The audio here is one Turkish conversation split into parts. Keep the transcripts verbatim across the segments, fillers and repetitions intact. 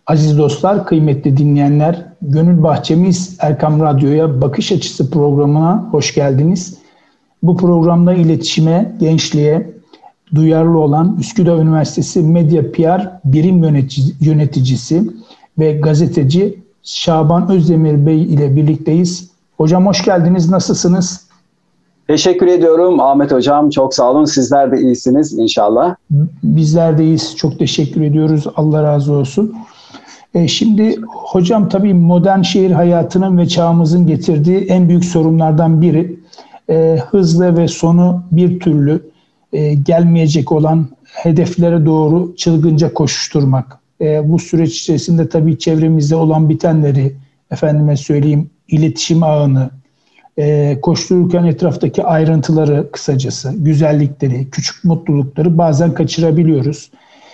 Aziz dostlar, kıymetli dinleyenler, Gönül Bahçemiz Erkam Radyo'ya Bakış Açısı programına hoş geldiniz. Bu programda iletişime, gençliğe duyarlı olan Üsküdar Üniversitesi Medya P R Birim Yöneticisi ve gazeteci Şaban Özdemir Bey ile birlikteyiz. Hocam hoş geldiniz, nasılsınız? Teşekkür ediyorum Ahmet Hocam, çok sağ olun. Sizler de iyisiniz inşallah. Bizler de iyiyiz, çok teşekkür ediyoruz. Allah razı olsun. Şimdi hocam, tabii modern şehir hayatının ve çağımızın getirdiği en büyük sorunlardan biri e, hızlı ve sonu bir türlü e, gelmeyecek olan hedeflere doğru çılgınca koşuşturmak. E, bu süreç içerisinde tabii çevremizde olan bitenleri, efendime söyleyeyim iletişim ağını, e, koştururken etraftaki ayrıntıları, kısacası güzellikleri, küçük mutlulukları bazen kaçırabiliyoruz.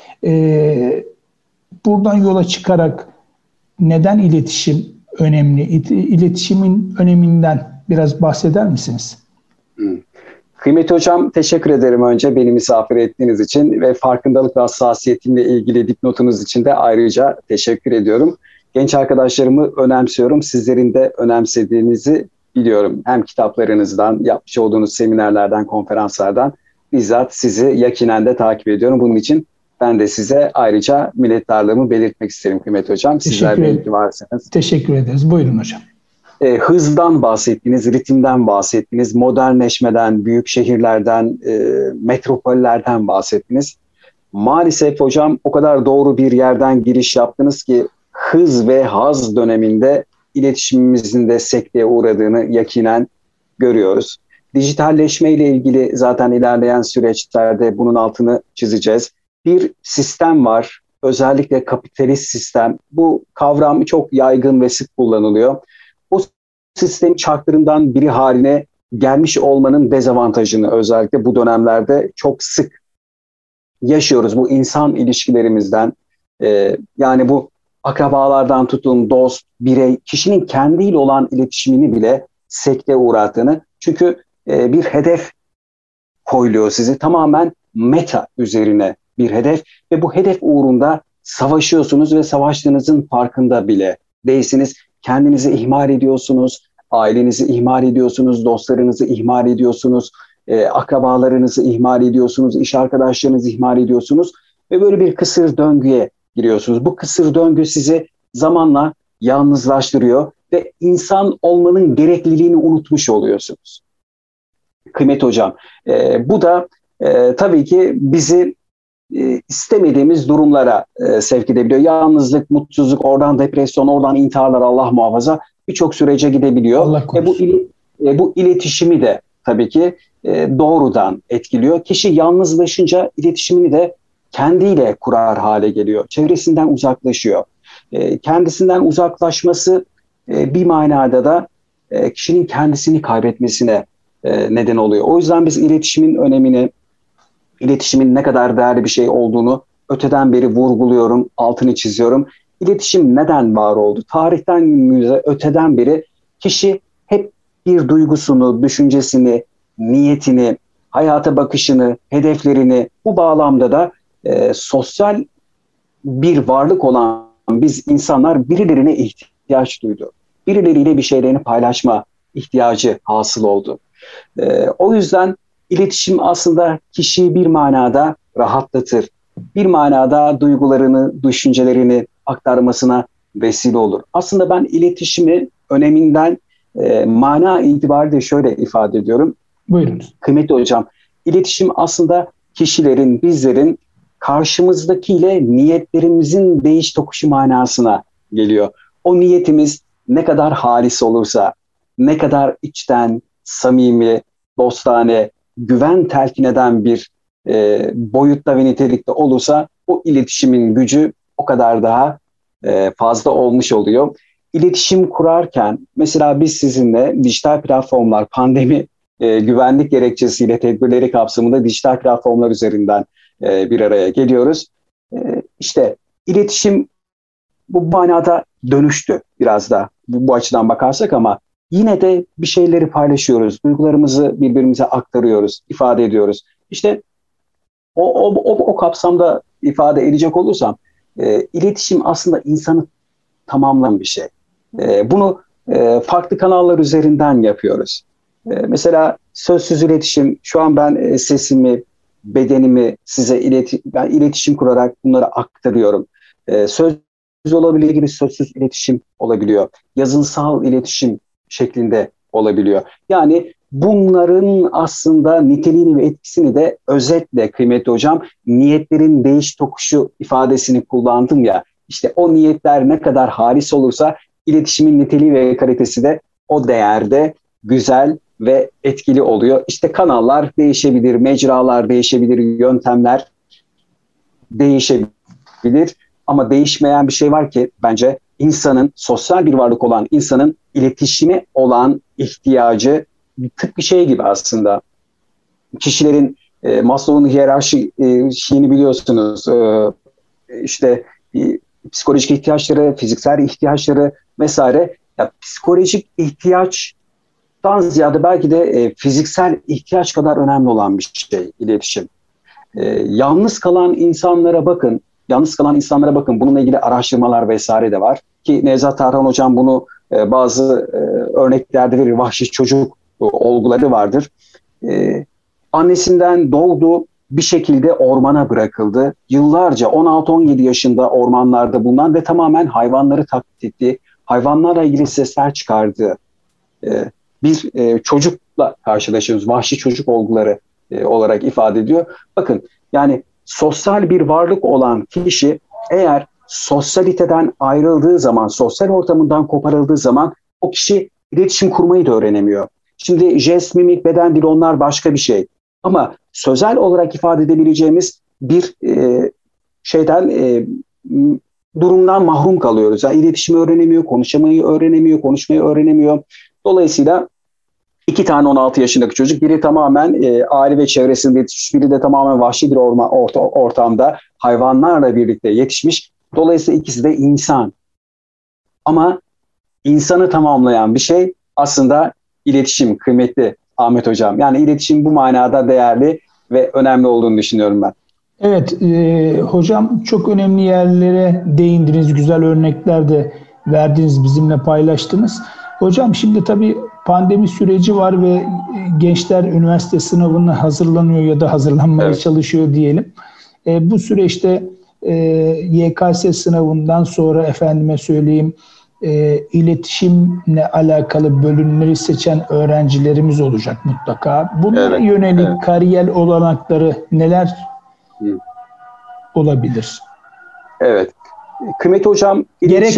E, Buradan yola çıkarak neden iletişim önemli? İletişimin öneminden biraz bahseder misiniz? Hmm. Kıymetli hocam, teşekkür ederim önce beni misafir ettiğiniz için ve farkındalık ve hassasiyetimle ilgili dipnotunuz için de ayrıca teşekkür ediyorum. Genç arkadaşlarımı önemsiyorum. Sizlerin de önemsediğinizi biliyorum. Hem kitaplarınızdan, yapmış olduğunuz seminerlerden, konferanslardan bizzat sizi yakinen de takip ediyorum. Bunun için ben de size ayrıca minnettarlığımı belirtmek isterim kıymetli hocam. Sizler de ilgi varsanız. Teşekkür ederiz. Buyurun hocam. E, hızdan bahsettiniz, ritimden bahsettiniz, modernleşmeden, büyük şehirlerden, e, metropollerden bahsettiniz. Maalesef hocam o kadar doğru bir yerden giriş yaptınız ki hız ve haz döneminde iletişimimizin de sekteye uğradığını yakinen görüyoruz. Dijitalleşme ile ilgili zaten ilerleyen süreçlerde bunun altını çizeceğiz. Bir sistem var, özellikle kapitalist sistem. Bu kavram çok yaygın ve sık kullanılıyor. O sistemin çarklarından biri haline gelmiş olmanın dezavantajını özellikle bu dönemlerde çok sık yaşıyoruz. Bu insan ilişkilerimizden, e, yani bu akrabalardan tutun, dost, birey, kişinin kendiyle olan iletişimini bile sekteye uğrattığını. Çünkü e, bir hedef koyuluyor sizi tamamen meta üzerine. Bir hedef ve bu hedef uğrunda savaşıyorsunuz ve savaştığınızın farkında bile değilsiniz. Kendinizi ihmal ediyorsunuz, ailenizi ihmal ediyorsunuz, dostlarınızı ihmal ediyorsunuz, e, akrabalarınızı ihmal ediyorsunuz, iş arkadaşlarınızı ihmal ediyorsunuz ve böyle bir kısır döngüye giriyorsunuz. Bu kısır döngü sizi zamanla yalnızlaştırıyor ve insan olmanın gerekliliğini unutmuş oluyorsunuz. Kıymetli hocam, e, bu da e, tabii ki bizi istemediğimiz durumlara e, sevk edebiliyor. Yalnızlık, mutsuzluk, oradan depresyon, oradan intiharlar, Allah muhafaza, birçok sürece gidebiliyor. Ve bu, e, bu iletişimi de tabii ki e, doğrudan etkiliyor. Kişi yalnızlaşınca iletişimini de kendiyle kurar hale geliyor. Çevresinden uzaklaşıyor. E, kendisinden uzaklaşması e, bir manada da e, kişinin kendisini kaybetmesine e, neden oluyor. O yüzden biz iletişimin önemini, İletişimin ne kadar değerli bir şey olduğunu öteden beri vurguluyorum, altını çiziyorum. İletişim neden var oldu? Tarihten günümüze öteden beri kişi hep bir duygusunu, düşüncesini, niyetini, hayata bakışını, hedeflerini bu bağlamda da e, sosyal bir varlık olan biz insanlar birilerine ihtiyaç duydu. Birileriyle bir şeylerini paylaşma ihtiyacı hasıl oldu. E, o yüzden İletişim aslında kişiyi bir manada rahatlatır. Bir manada duygularını, düşüncelerini aktarmasına vesile olur. Aslında ben iletişimi öneminden e, mana itibariyle şöyle ifade ediyorum. Buyurunuz. Kıymetli hocam, iletişim aslında kişilerin, bizlerin karşımızdakiyle niyetlerimizin değiş tokuşu manasına geliyor. O niyetimiz ne kadar halis olursa, ne kadar içten, samimi, dostane, güven telkin eden bir e, boyutta ve nitelikte olursa o iletişimin gücü o kadar daha e, fazla olmuş oluyor. İletişim kurarken mesela biz sizinle dijital platformlar, pandemi e, güvenlik gerekçesiyle tedbirleri kapsamında dijital platformlar üzerinden e, bir araya geliyoruz. E, işte iletişim bu manada dönüştü biraz da bu, bu açıdan bakarsak ama yine de bir şeyleri paylaşıyoruz, duygularımızı birbirimize aktarıyoruz, ifade ediyoruz. İşte o, o, o, o kapsamda ifade edecek olursam, E, iletişim aslında insanı tamamlayan bir şey. E, bunu e, farklı kanallar üzerinden yapıyoruz. E, mesela sözsüz iletişim, şu an ben e, sesimi, bedenimi size ileti ben iletişim kurarak bunları aktarıyorum. E, söz olabiliyor gibi sözsüz iletişim olabiliyor. Yazınsal iletişim şeklinde olabiliyor. Yani bunların aslında niteliğini ve etkisini de özetle kıymetli hocam, niyetlerin değiş tokuşu ifadesini kullandım ya, işte o niyetler ne kadar halis olursa iletişimin niteliği ve kalitesi de o değerde güzel ve etkili oluyor. İşte kanallar değişebilir, mecralar değişebilir, yöntemler değişebilir. Ama değişmeyen bir şey var ki bence insanın, sosyal bir varlık olan insanın iletişime olan ihtiyacı tıpkı şey gibi aslında. Kişilerin e, Maslow'un hiyerarşi e, şeyini biliyorsunuz. E, işte e, psikolojik ihtiyaçları, fiziksel ihtiyaçları vesaire. Ya, psikolojik ihtiyaçtan ziyade belki de e, fiziksel ihtiyaç kadar önemli olan bir şey iletişim. E, yalnız kalan insanlara bakın. Yalnız kalan insanlara bakın. Bununla ilgili araştırmalar vesaire de var. Ki Nevzat Tarhan hocam bunu e, bazı e, örneklerde verir. Vahşi çocuk e, olguları vardır. E, annesinden doğdu, bir şekilde ormana bırakıldı. Yıllarca on altı on yedi yaşında ormanlarda bulunan ve tamamen hayvanları taklit ettiği, hayvanlarla ilgili sesler çıkardığı e, bir e, çocukla karşılaşıyoruz. Vahşi çocuk olguları e, olarak ifade ediyor. Bakın, yani sosyal bir varlık olan kişi eğer sosyaliteden ayrıldığı zaman, sosyal ortamından koparıldığı zaman o kişi iletişim kurmayı da öğrenemiyor. Şimdi jest, mimik, beden dili, onlar başka bir şey. Ama sözel olarak ifade edebileceğimiz bir e, şeyden, e, durumdan mahrum kalıyoruz. Yani iletişimi öğrenemiyor, konuşamayı öğrenemiyor, konuşmayı öğrenemiyor. Dolayısıyla iki tane on altı yaşındaki çocuk, biri tamamen e, aile ve çevresinde yetişmiş, biri de tamamen vahşi bir orma, orta, ortamda hayvanlarla birlikte yetişmiş. Dolayısıyla ikisi de insan. Ama insanı tamamlayan bir şey aslında iletişim, kıymetli Ahmet hocam. Yani iletişim bu manada değerli ve önemli olduğunu düşünüyorum ben. Evet e, hocam, çok önemli yerlere değindiniz, güzel örnekler de verdiniz, bizimle paylaştınız. Hocam şimdi tabii pandemi süreci var ve gençler üniversite sınavına hazırlanıyor ya da hazırlanmaya evet. çalışıyor diyelim. E, bu süreçte e, Y K S sınavından sonra efendime söyleyeyim e, iletişimle alakalı bölümleri seçen öğrencilerimiz olacak mutlaka. Bunlara evet. yönelik evet. kariyer olanakları neler Hı. olabilir? Evet. Kıymetli hocam, gerek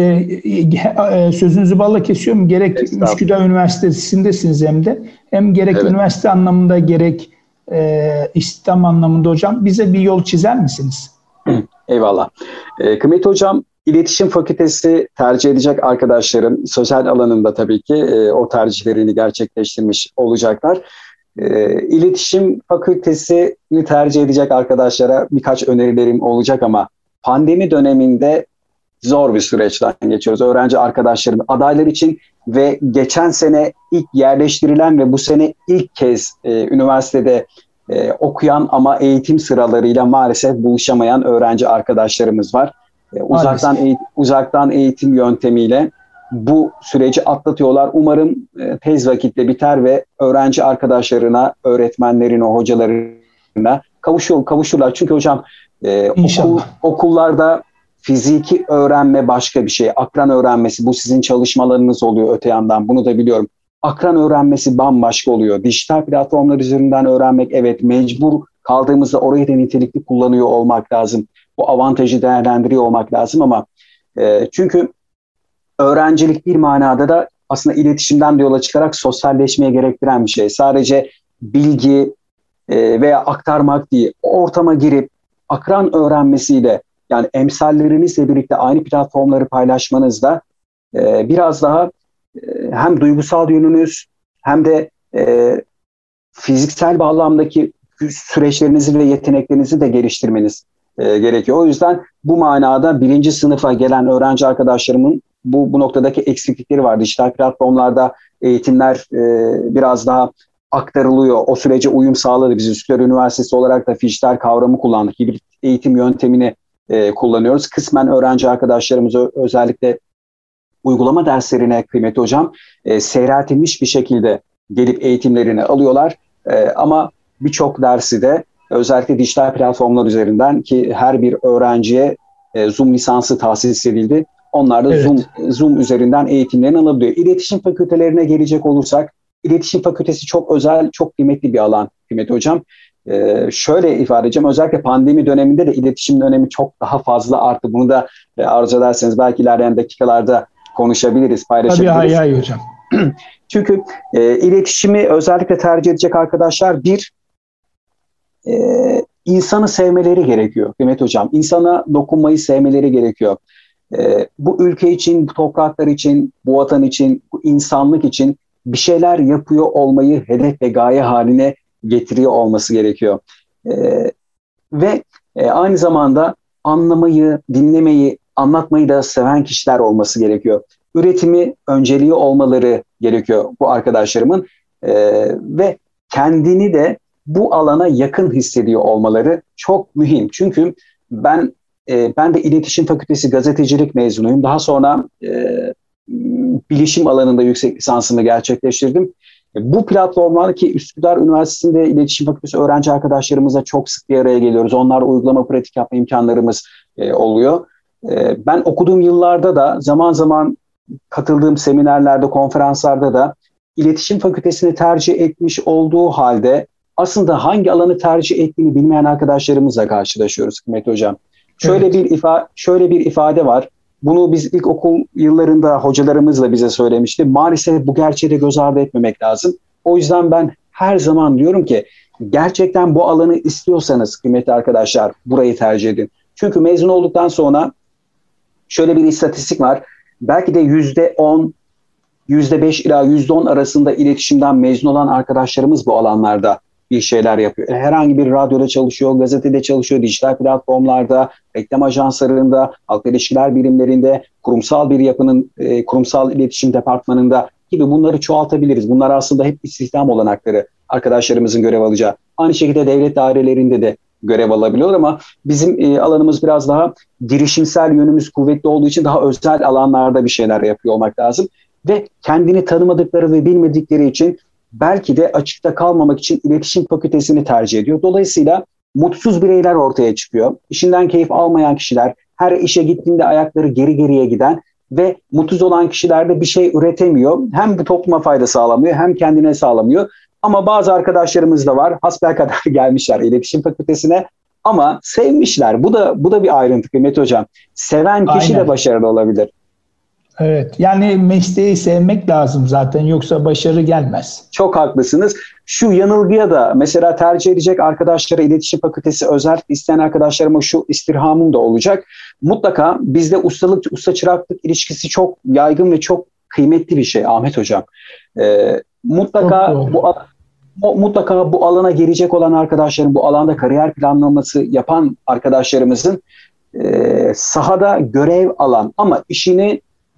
e, e, sözünüzü balla kesiyorum. Gerek Üsküdar Üniversitesi'ndesiniz hem de hem gerek evet. üniversite anlamında gerek e, istihdam anlamında hocam bize bir yol çizer misiniz? Hı, eyvallah. E, kıymetli hocam, İletişim Fakültesi tercih edecek arkadaşlarım sözel alanında tabii ki e, o tercihlerini gerçekleştirmiş olacaklar. E, İletişim Fakültesini tercih edecek arkadaşlara birkaç önerilerim olacak ama pandemi döneminde zor bir süreçten geçiyoruz. Öğrenci arkadaşlarım, adaylar için ve geçen sene ilk yerleştirilen ve bu sene ilk kez e, üniversitede e, okuyan ama eğitim sıralarıyla maalesef buluşamayan öğrenci arkadaşlarımız var. E, uzaktan, eğit uzaktan eğitim yöntemiyle bu süreci atlatıyorlar. Umarım e, tez vakitte biter ve öğrenci arkadaşlarına, öğretmenlerine, hocalarına kavuşur, kavuşurlar. Çünkü hocam e, okul, okullarda fiziki öğrenme başka bir şey. Akran öğrenmesi, bu sizin çalışmalarınız oluyor öte yandan. Bunu da biliyorum. Akran öğrenmesi bambaşka oluyor. Dijital platformlar üzerinden öğrenmek, evet, mecbur kaldığımızda orayı da nitelikli kullanıyor olmak lazım. Bu avantajı değerlendiriyor olmak lazım ama e, çünkü öğrencilik bir manada da aslında iletişimden de yola çıkarak sosyalleşmeye gerektiren bir şey. Sadece bilgi e, veya aktarmak değil, o ortama girip akran öğrenmesiyle, yani emsallerinizle birlikte aynı platformları paylaşmanızda e, biraz daha e, hem duygusal yönünüz hem de e, fiziksel bağlamdaki süreçlerinizi ve yeteneklerinizi de geliştirmeniz e, gerekiyor. O yüzden bu manada birinci sınıfa gelen öğrenci arkadaşlarımın bu, bu noktadaki eksiklikleri var. Dijital platformlarda eğitimler e, biraz daha aktarılıyor. O sürece uyum sağladı. Biz Üsküdar Üniversitesi olarak da dijital kavramı kullandık. Hibrit eğitim yöntemini e, kullanıyoruz. Kısmen öğrenci arkadaşlarımız özellikle uygulama derslerine kıymetli hocam e, seyreltilmiş bir şekilde gelip eğitimlerini alıyorlar. E, ama birçok dersi de özellikle dijital platformlar üzerinden, ki her bir öğrenciye e, Zoom lisansı tahsis edildi. Onlar da evet. Zoom, Zoom üzerinden eğitimlerini alabiliyor. İletişim fakültelerine gelecek olursak, İletişim Fakültesi çok özel, çok kıymetli bir alan kıymetli hocam. Ee, şöyle ifade edeceğim, özellikle pandemi döneminde de iletişimin önemi çok daha fazla arttı. Bunu da e, arzu ederseniz belki ilerleyen dakikalarda konuşabiliriz, paylaşabiliriz. Tabii, hay hay hocam. Çünkü e, iletişimi özellikle tercih edecek arkadaşlar, bir, e, insanı sevmeleri gerekiyor kıymetli hocam. İnsana dokunmayı sevmeleri gerekiyor. E, bu ülke için, bu topraklar için, bu vatan için, bu insanlık için bir şeyler yapıyor olmayı hedef ve gaye haline getiriyor olması gerekiyor. Ee, ve e, aynı zamanda anlamayı, dinlemeyi, anlatmayı da seven kişiler olması gerekiyor. Üretimi önceliği olmaları gerekiyor bu arkadaşlarımın ee, ve kendini de bu alana yakın hissediyor olmaları çok mühim. Çünkü ben e, ben de İletişim Fakültesi gazetecilik mezunuyum. Daha sonra e, bilişim alanında yüksek lisansımı gerçekleştirdim. Bu platformlar, ki Üsküdar Üniversitesi'nde İletişim Fakültesi öğrenci arkadaşlarımızla çok sık bir araya geliyoruz. Onlarla uygulama, pratik yapma imkanlarımız e, oluyor. E, ben okuduğum yıllarda da zaman zaman katıldığım seminerlerde, konferanslarda da İletişim Fakültesini tercih etmiş olduğu halde aslında hangi alanı tercih ettiğini bilmeyen arkadaşlarımızla karşılaşıyoruz kıymetli hocam. Şöyle evet. bir ifa şöyle bir ifade var. Bunu biz ilkokul yıllarında hocalarımız da bize söylemişti. Maalesef bu gerçeği de göz ardı etmemek lazım. O yüzden ben her zaman diyorum ki gerçekten bu alanı istiyorsanız kıymetli arkadaşlar burayı tercih edin. Çünkü mezun olduktan sonra şöyle bir istatistik var. Belki de yüzde on, yüzde beş ila yüzde on arasında iletişimden mezun olan arkadaşlarımız bu alanlarda bir şeyler yapıyor. Herhangi bir radyoda çalışıyor, gazetede çalışıyor, dijital platformlarda, reklam ajanslarında, halk ilişkiler birimlerinde, kurumsal bir yapının, e, kurumsal iletişim departmanında gibi bunları çoğaltabiliriz. Bunlar aslında hep istihdam olanakları arkadaşlarımızın görev alacağı. Aynı şekilde devlet dairelerinde de görev alabiliyorlar ama bizim e, alanımız biraz daha girişimsel yönümüz kuvvetli olduğu için daha özel alanlarda bir şeyler yapıyor olmak lazım. Ve kendini tanımadıkları ve bilmedikleri için belki de açıkta kalmamak için iletişim fakültesini tercih ediyor. Dolayısıyla mutsuz bireyler ortaya çıkıyor. İşinden keyif almayan kişiler, her işe gittiğinde ayakları geri geriye giden ve mutsuz olan kişiler de bir şey üretemiyor. Hem bu topluma fayda sağlamıyor hem kendine sağlamıyor. Ama bazı arkadaşlarımız da var. Hasbelkader gelmişler iletişim fakültesine ama sevmişler. Bu da bu da bir ayrıntı kıymetli hocam. Seven kişi Aynen. de başarılı olabilir. Evet, yani mesleği sevmek lazım zaten, yoksa başarı gelmez. Çok haklısınız. Şu yanılgıya da mesela tercih edecek arkadaşlara iletişim fakültesi özellikle isteyen arkadaşlarıma şu istirhamım da olacak. Mutlaka bizde ustalık, usta çıraklık ilişkisi çok yaygın ve çok kıymetli bir şey Ahmet hocam. Ee, mutlaka bu mutlaka bu alana girecek olan arkadaşların, bu alanda kariyer planlaması yapan arkadaşlarımızın e, sahada görev alan ama işini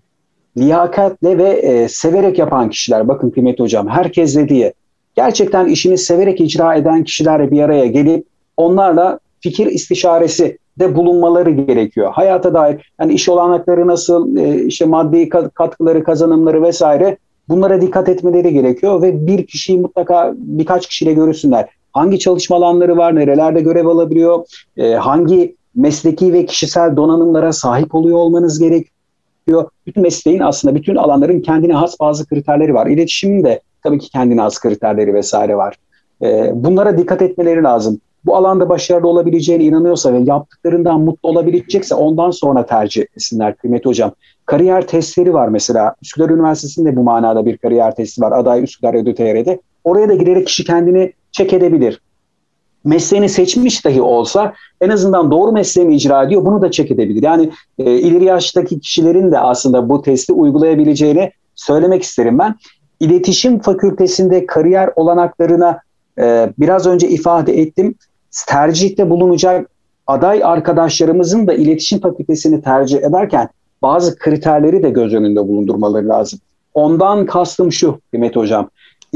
liyakatle ve e, severek yapan kişiler, bakın kıymetli hocam, herkesle diye gerçekten işini severek icra eden kişilerle bir araya gelip onlarla fikir istişaresi de bulunmaları gerekiyor. Hayata dair yani iş olanakları nasıl, e, işte maddi katkıları, kazanımları vesaire, bunlara dikkat etmeleri gerekiyor ve bir kişiyi mutlaka birkaç kişiyle görüşsünler. Hangi çalışma alanları var, nerelerde görev alabiliyor, e, hangi mesleki ve kişisel donanımlara sahip oluyor olmanız gerekiyor. Bütün mesleğin aslında, bütün alanların kendine has bazı kriterleri var. İletişimin de tabii ki kendine has kriterleri vesaire var. E, bunlara dikkat etmeleri lazım. Bu alanda başarılı olabileceğine inanıyorsa ve yaptıklarından mutlu olabilecekse ondan sonra tercih etsinler kıymetli hocam. Kariyer testleri var mesela. Üsküdar Üniversitesi'nde bu manada bir kariyer testi var. Aday Üsküdar Edu T R'de. Oraya da girerek kişi kendini check edebilir. Mesleğini seçmiş dahi olsa en azından doğru mesleğini icra ediyor. Bunu da check edebilir. Yani e, ileri yaştaki kişilerin de aslında bu testi uygulayabileceğini söylemek isterim ben. İletişim Fakültesinde kariyer olanaklarına e, biraz önce ifade ettim. Tercihte bulunacak aday arkadaşlarımızın da İletişim Fakültesini tercih ederken bazı kriterleri de göz önünde bulundurmaları lazım. Ondan kastım şu kıymetli hocam.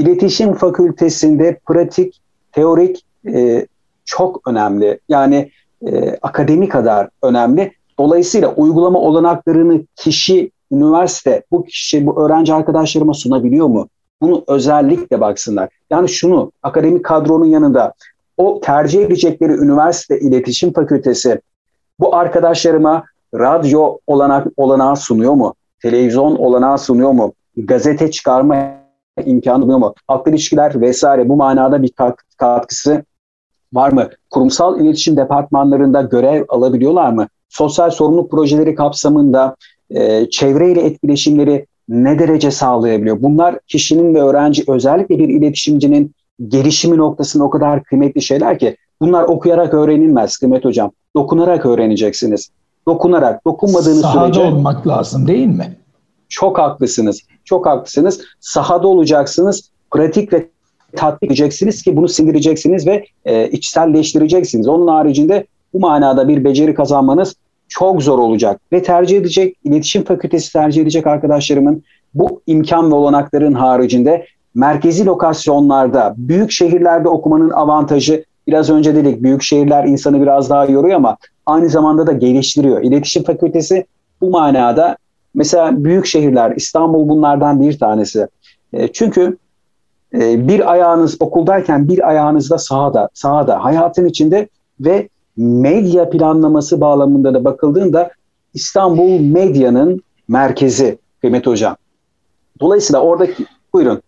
İletişim Fakültesinde pratik, teorik e, çok önemli. Yani e, akademi kadar önemli. Dolayısıyla uygulama olanaklarını kişi, üniversite, bu kişi, bu öğrenci arkadaşlarıma sunabiliyor mu? Bunu özellikle baksınlar. Yani şunu, akademik kadronun yanında o tercih edecekleri üniversite, iletişim fakültesi bu arkadaşlarıma radyo olanak, olanağı sunuyor mu? Televizyon olanağı sunuyor mu? Gazete çıkarma imkanı sunuyor mu? Halk ilişkiler vesaire bu manada bir katkısı var mı? Kurumsal iletişim departmanlarında görev alabiliyorlar mı? Sosyal sorumluluk projeleri kapsamında e, çevreyle etkileşimleri ne derece sağlayabiliyor? Bunlar kişinin ve öğrenci, özellikle bir iletişimcinin gelişimi noktasında o kadar kıymetli şeyler ki bunlar okuyarak öğrenilmez Kıymet Hocam. Dokunarak öğreneceksiniz. Dokunarak, dokunmadığınız sahada sürece... Sahada olmak lazım değil mi? Çok haklısınız. Çok haklısınız. Sahada olacaksınız. Pratik ve tatbik edeceksiniz ki bunu sindireceksiniz ve e, içselleştireceksiniz. Onun haricinde bu manada bir beceri kazanmanız çok zor olacak. Ve tercih edecek, iletişim fakültesi tercih edecek arkadaşlarımın bu imkan ve olanakların haricinde merkezi lokasyonlarda, büyük şehirlerde okumanın avantajı, biraz önce dedik, büyük şehirler insanı biraz daha yoruyor ama aynı zamanda da geliştiriyor. İletişim fakültesi bu manada, mesela büyük şehirler, İstanbul bunlardan bir tanesi. E, çünkü e, bir ayağınız okuldayken bir ayağınız da sahada, sahada, hayatın içinde ve medya planlaması bağlamında da bakıldığında İstanbul medyanın merkezi Kıymet Hocam. Dolayısıyla oradaki, buyurun.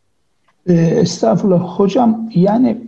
E, estağfurullah hocam, yani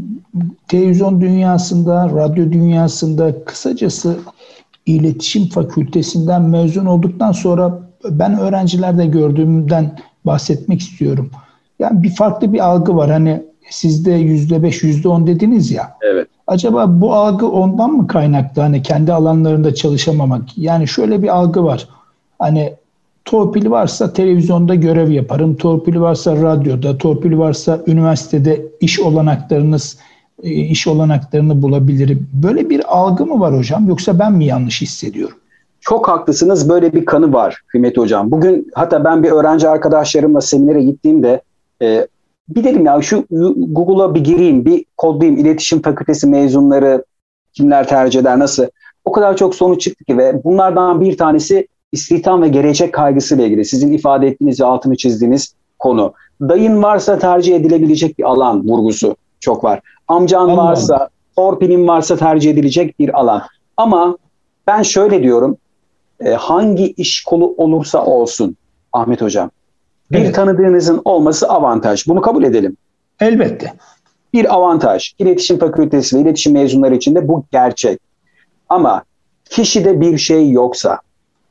televizyon dünyasında, radyo dünyasında, kısacası İletişim Fakültesinden mezun olduktan sonra ben öğrencilerde gördüğümden bahsetmek istiyorum. Yani bir farklı bir algı var. Hani sizde yüzde beş, yüzde on dediniz ya. Evet. Acaba bu algı ondan mı kaynaklı? Hani kendi alanlarında çalışamamak. Yani şöyle bir algı var. Hani torpili varsa televizyonda görev yaparım. Torpili varsa radyoda, torpili varsa üniversitede iş olanaklarınız iş olanaklarını bulabilirim. Böyle bir algı mı var hocam, yoksa ben mi yanlış hissediyorum? Çok haklısınız. Böyle bir kanı var Kıymet Hocam. Bugün hatta ben bir öğrenci arkadaşlarımla seminere gittiğimde e, bir dedim ya şu Google'a bir gireyim, bir kodlayayım. İletişim Fakültesi mezunları kimler tercih eder, nasıl? O kadar çok sonuç çıktı ki ve bunlardan bir tanesi istihdam ve gelecek kaygısıyla ilgili. Sizin ifade ettiğiniz ve altını çizdiğiniz konu. Dayın varsa tercih edilebilecek bir alan vurgusu çok var. Amcan Allah varsa, Allah. torpilin varsa tercih edilecek bir alan. Ama ben şöyle diyorum, e, hangi iş kolu olursa olsun Ahmet Hocam, bir Evet. tanıdığınızın olması avantaj. Bunu kabul edelim. Elbette. Bir avantaj. İletişim Fakültesi ve iletişim mezunları için de bu gerçek. Ama kişide bir şey yoksa,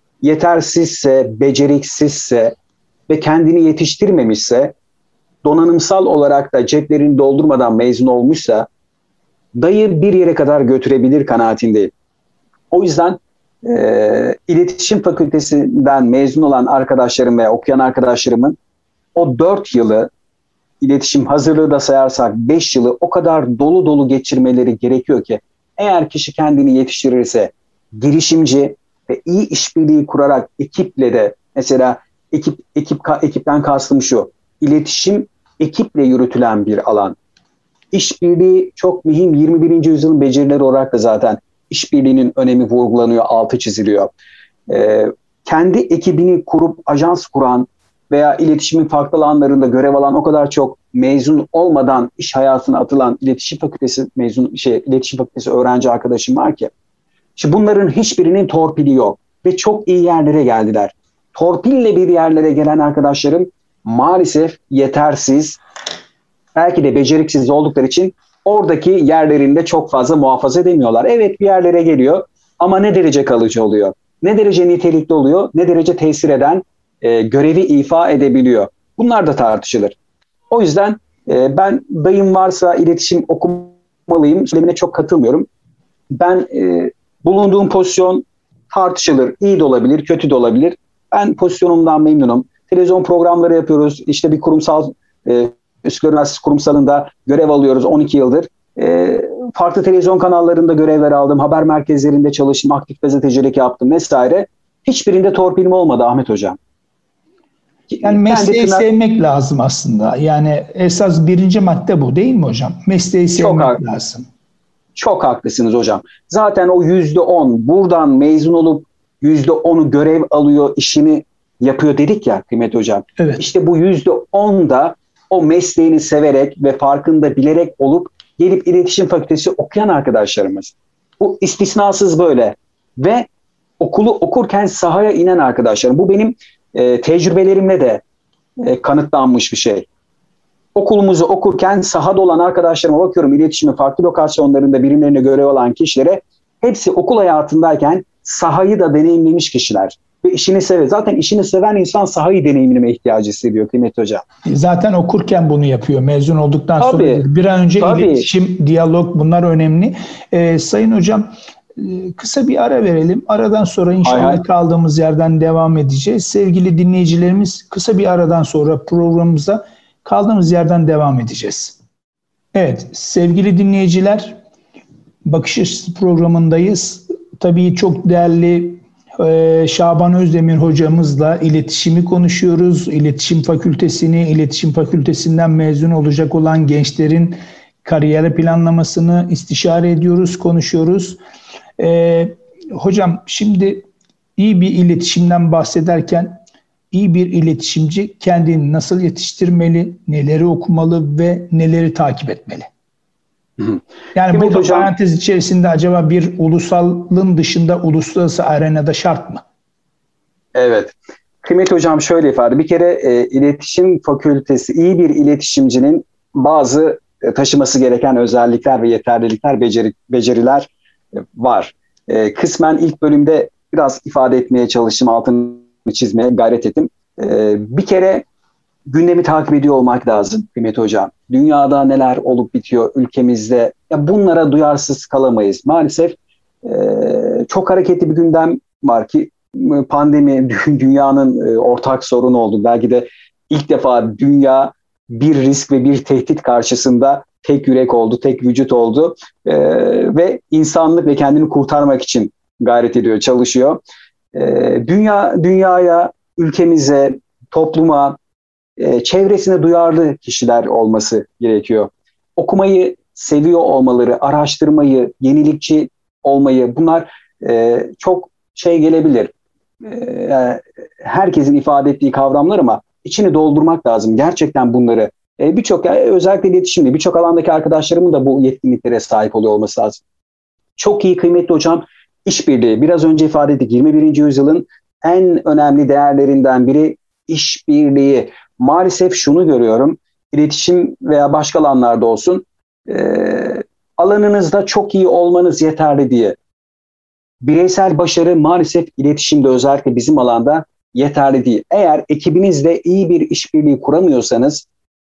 yetersizse, beceriksizse ve kendini yetiştirmemişse, donanımsal olarak da ceplerini doldurmadan mezun olmuşsa, dayı bir yere kadar götürebilir kanaatindeyim. O yüzden e, iletişim fakültesinden mezun olan arkadaşlarım veya okuyan arkadaşlarımın o dört yılı, iletişim hazırlığı da sayarsak beş yılı o kadar dolu dolu geçirmeleri gerekiyor ki, eğer kişi kendini yetiştirirse, girişimci ve iyi işbirliği kurarak ekiple de, mesela ekip, ekip ekipten kastım şu, iletişim ekiple yürütülen bir alan. İşbirliği çok mühim. yirmi birinci yüzyılın becerileri olarak da zaten işbirliğinin önemi vurgulanıyor, altı çiziliyor. Ee, kendi ekibini kurup ajans kuran veya iletişimin farklı alanlarında görev alan o kadar çok mezun olmadan iş hayatına atılan iletişim fakültesi mezun şey iletişim fakültesi öğrenci arkadaşım var ki, işte bunların hiçbirinin torpili yok ve çok iyi yerlere geldiler. Torpille bir yerlere gelen arkadaşlarım maalesef yetersiz, belki de beceriksiz oldukları için oradaki yerlerinde çok fazla muhafaza edemiyorlar. Evet, bir yerlere geliyor ama ne derece kalıcı oluyor? Ne derece nitelikli oluyor? Ne derece tesir eden, e, görevi ifa edebiliyor? Bunlar da tartışılır. O yüzden e, ben dayım varsa iletişim okumalıyım söylemine çok katılmıyorum. Ben e, bulunduğum pozisyon tartışılır. İyi de olabilir, kötü de olabilir. Ben pozisyonumdan memnunum. Televizyon programları yapıyoruz. İşte bir kurumsal e, Üsküdar Üniversitesi kurumsalında görev alıyoruz on iki yıldır. E, farklı televizyon kanallarında görevler aldım. Haber merkezlerinde çalıştım. Aktif gazetecilik yaptım vesaire. Hiçbirinde torpilim olmadı Ahmet Hocam. Yani mesleği tırnak... sevmek lazım aslında. Yani esas birinci madde bu değil mi hocam? Mesleği sevmek çok lazım. Çok haklısınız hocam. Zaten o yüzde on buradan mezun olup yüzde onu görev alıyor, işini yapıyor dedik ya kıymetli hocam. Evet. İşte bu yüzde on da o mesleğini severek ve farkında bilerek olup gelip iletişim fakültesi okuyan arkadaşlarımız. Bu istisnasız böyle. Ve okulu okurken sahaya inen arkadaşlarım. Bu benim e, tecrübelerimle de e, kanıtlanmış bir şey. Okulumuzu okurken sahada olan arkadaşlarıma bakıyorum, iletişimin farklı lokasyonlarında birimlerine görev alan kişilere, hepsi okul hayatındayken sahayı da deneyimlemiş kişiler. Ve işini sever. Zaten işini seven insan sahayı deneyimleme ihtiyacı hissediyor kıymetli hocam. Zaten okurken bunu yapıyor. Mezun olduktan tabii, sonra değil. Bir an önce tabii. iletişim, diyalog, bunlar önemli. Ee, Sayın hocam, kısa bir ara verelim. Aradan sonra inşallah hay hay. kaldığımız yerden devam edeceğiz. Sevgili dinleyicilerimiz, kısa bir aradan sonra programımıza kaldığımız yerden devam edeceğiz. Evet, sevgili dinleyiciler, Bakış Açısı programındayız. Tabii çok değerli e, Şaban Özdemir hocamızla iletişimi konuşuyoruz. İletişim Fakültesini, İletişim Fakültesinden mezun olacak olan gençlerin kariyer planlamasını istişare ediyoruz, konuşuyoruz. E, hocam, şimdi iyi bir iletişimden bahsederken, İyi bir iletişimci kendini nasıl yetiştirmeli, neleri okumalı ve neleri takip etmeli? Hı hı. Yani Kıymet burada hocam, parantez içerisinde acaba bir ulusalın dışında uluslararası arenada şart mı? Evet. Kıymet hocam şöyle ifade. Bir kere e, iletişim fakültesi, iyi bir iletişimcinin bazı e, taşıması gereken özellikler ve yeterlilikler, beceri, beceriler e, var. E, kısmen ilk bölümde biraz ifade etmeye çalıştım, altını çizmeye gayret ettim. Ee, bir kere gündemi takip ediyor olmak lazım Kıymet hocam. Dünyada neler olup bitiyor ülkemizde, ya bunlara duyarsız kalamayız. Maalesef e, çok hareketli bir gündem var ki pandemi dünyanın e, ortak sorunu oldu. Belki de ilk defa dünya bir risk ve bir tehdit karşısında tek yürek oldu, tek vücut oldu e, ve insanlık ve kendini kurtarmak için gayret ediyor, çalışıyor. Dünya, dünyaya, ülkemize, topluma, e, çevresine duyarlı kişiler olması gerekiyor. Okumayı seviyor olmaları, araştırmayı, yenilikçi olmayı, bunlar e, çok şey gelebilir. E, herkesin ifade ettiği kavramlar ama içini doldurmak lazım. Gerçekten bunları e, birçok, özellikle iletişimde birçok alandaki arkadaşlarımın da bu yetkinliklere sahip oluyor olması lazım. Çok iyi kıymetli hocam. İşbirliği, biraz önce ifade ettik, yirmi birinci yüzyılın en önemli değerlerinden biri işbirliği. Maalesef şunu görüyorum, iletişim veya başka alanlarda olsun, e, alanınızda çok iyi olmanız yeterli diye. Bireysel başarı maalesef iletişimde, özellikle bizim alanda yeterli değil. Eğer ekibinizle iyi bir işbirliği kuramıyorsanız,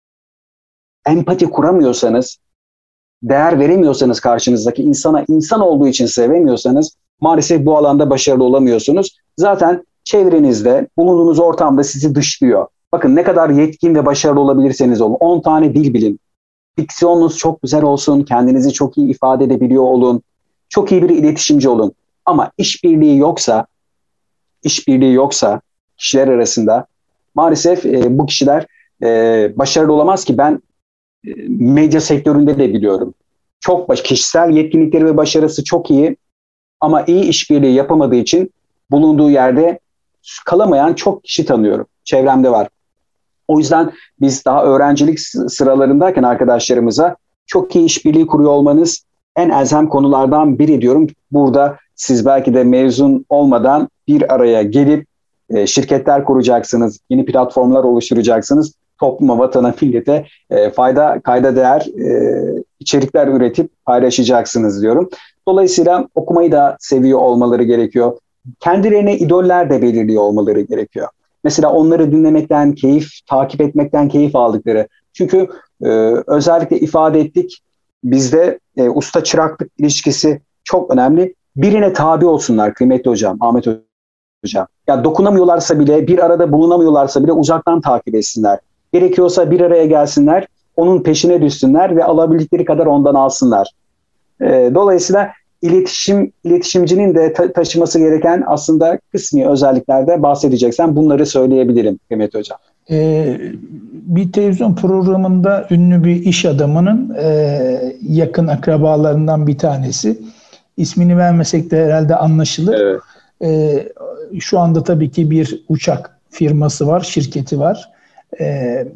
empati kuramıyorsanız, değer veremiyorsanız karşınızdaki insana, insan olduğu için sevemiyorsanız, maalesef bu alanda başarılı olamıyorsunuz. Zaten çevrenizde, bulunduğunuz ortamda sizi dışlıyor. Bakın ne kadar yetkin ve başarılı olabilirseniz olun. on tane dil bilin. Diksiyonunuz çok güzel olsun. Kendinizi çok iyi ifade edebiliyor olun. Çok iyi bir iletişimci olun. Ama işbirliği yoksa, işbirliği yoksa kişiler arasında maalesef e, bu kişiler e, başarılı olamaz ki. Ben e, medya sektöründe de biliyorum. Çok baş, kişisel yetkinlikleri ve başarısı çok iyi. Ama iyi işbirliği yapamadığı için bulunduğu yerde kalamayan çok kişi tanıyorum. Çevremde var. O yüzden biz daha öğrencilik sıralarındayken arkadaşlarımıza çok iyi işbirliği kuruyor olmanız en elzem konulardan biri diyorum. Burada siz belki de mezun olmadan bir araya gelip e, şirketler kuracaksınız, yeni platformlar oluşturacaksınız. Topluma, vatana, millete e, fayda, kayda değer e, içerikler üretip paylaşacaksınız diyorum. Dolayısıyla okumayı da seviyor olmaları gerekiyor. Kendilerine idoller de belirliyor olmaları gerekiyor. Mesela onları dinlemekten keyif, takip etmekten keyif aldıkları. Çünkü e, özellikle ifade ettik, bizde e, usta çıraklık ilişkisi çok önemli. Birine tabi olsunlar kıymetli hocam, Ahmet hocam. Ya dokunamıyorlarsa bile, bir arada bulunamıyorlarsa bile uzaktan takip etsinler. Gerekiyorsa bir araya gelsinler, onun peşine düşsünler ve alabildikleri kadar ondan alsınlar. E, dolayısıyla iletişim, iletişimcinin de ta- taşıması gereken aslında kısmi özelliklerde bahsedeceksen bunları söyleyebilirim kıymetli hocam. Ee, bir televizyon programında ünlü bir iş adamının e, yakın akrabalarından bir tanesi. İsmini vermesek de herhalde anlaşılır. Evet. E, şu anda tabii ki bir uçak firması var, şirketi var. E,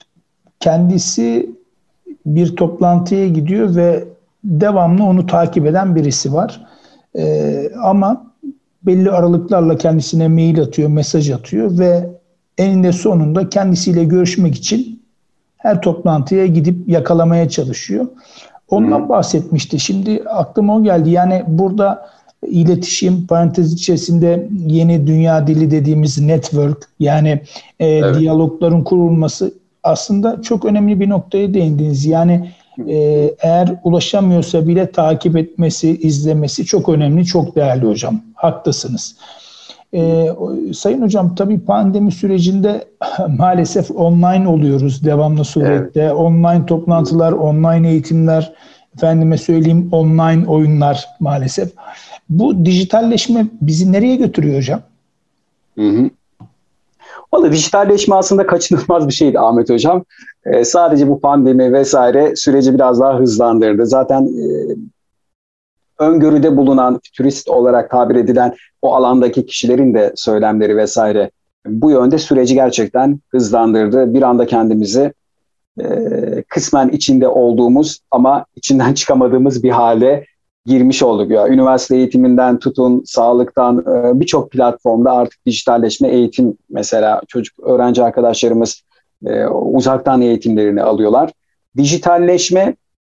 kendisi bir toplantıya gidiyor ve devamlı onu takip eden birisi var. E, ama belli aralıklarla kendisine mail atıyor, mesaj atıyor ve eninde sonunda kendisiyle görüşmek için her toplantıya gidip yakalamaya çalışıyor. Ondan bahsetmişti. Şimdi aklıma o geldi. Yani burada iletişim, parantez içerisinde yeni dünya dili dediğimiz network, yani e, evet. diyalogların kurulması aslında çok önemli bir noktaya değindiniz. Yani e, eğer ulaşamıyorsa bile takip etmesi, izlemesi çok önemli, çok değerli hocam. Haklısınız. Ee, Sayın hocam, tabii pandemi sürecinde maalesef online oluyoruz devamlı surette. Evet. Online toplantılar, online eğitimler, efendime söyleyeyim online oyunlar maalesef. Bu dijitalleşme bizi nereye götürüyor hocam? Hı hı. Vallahi dijitalleşme aslında kaçınılmaz bir şeydi Ahmet hocam. Ee, sadece bu pandemi vesaire süreci biraz daha hızlandırdı. Zaten e, öngörüde bulunan, fütürist olarak tabir edilen o alandaki kişilerin de söylemleri vesaire bu yönde süreci gerçekten hızlandırdı. Bir anda kendimizi e, kısmen içinde olduğumuz ama içinden çıkamadığımız bir hale girmiş olduk. Ya, üniversite eğitiminden tutun, sağlıktan e, birçok platformda artık dijitalleşme eğitim, mesela çocuk öğrenci arkadaşlarımız e, uzaktan eğitimlerini alıyorlar. Dijitalleşme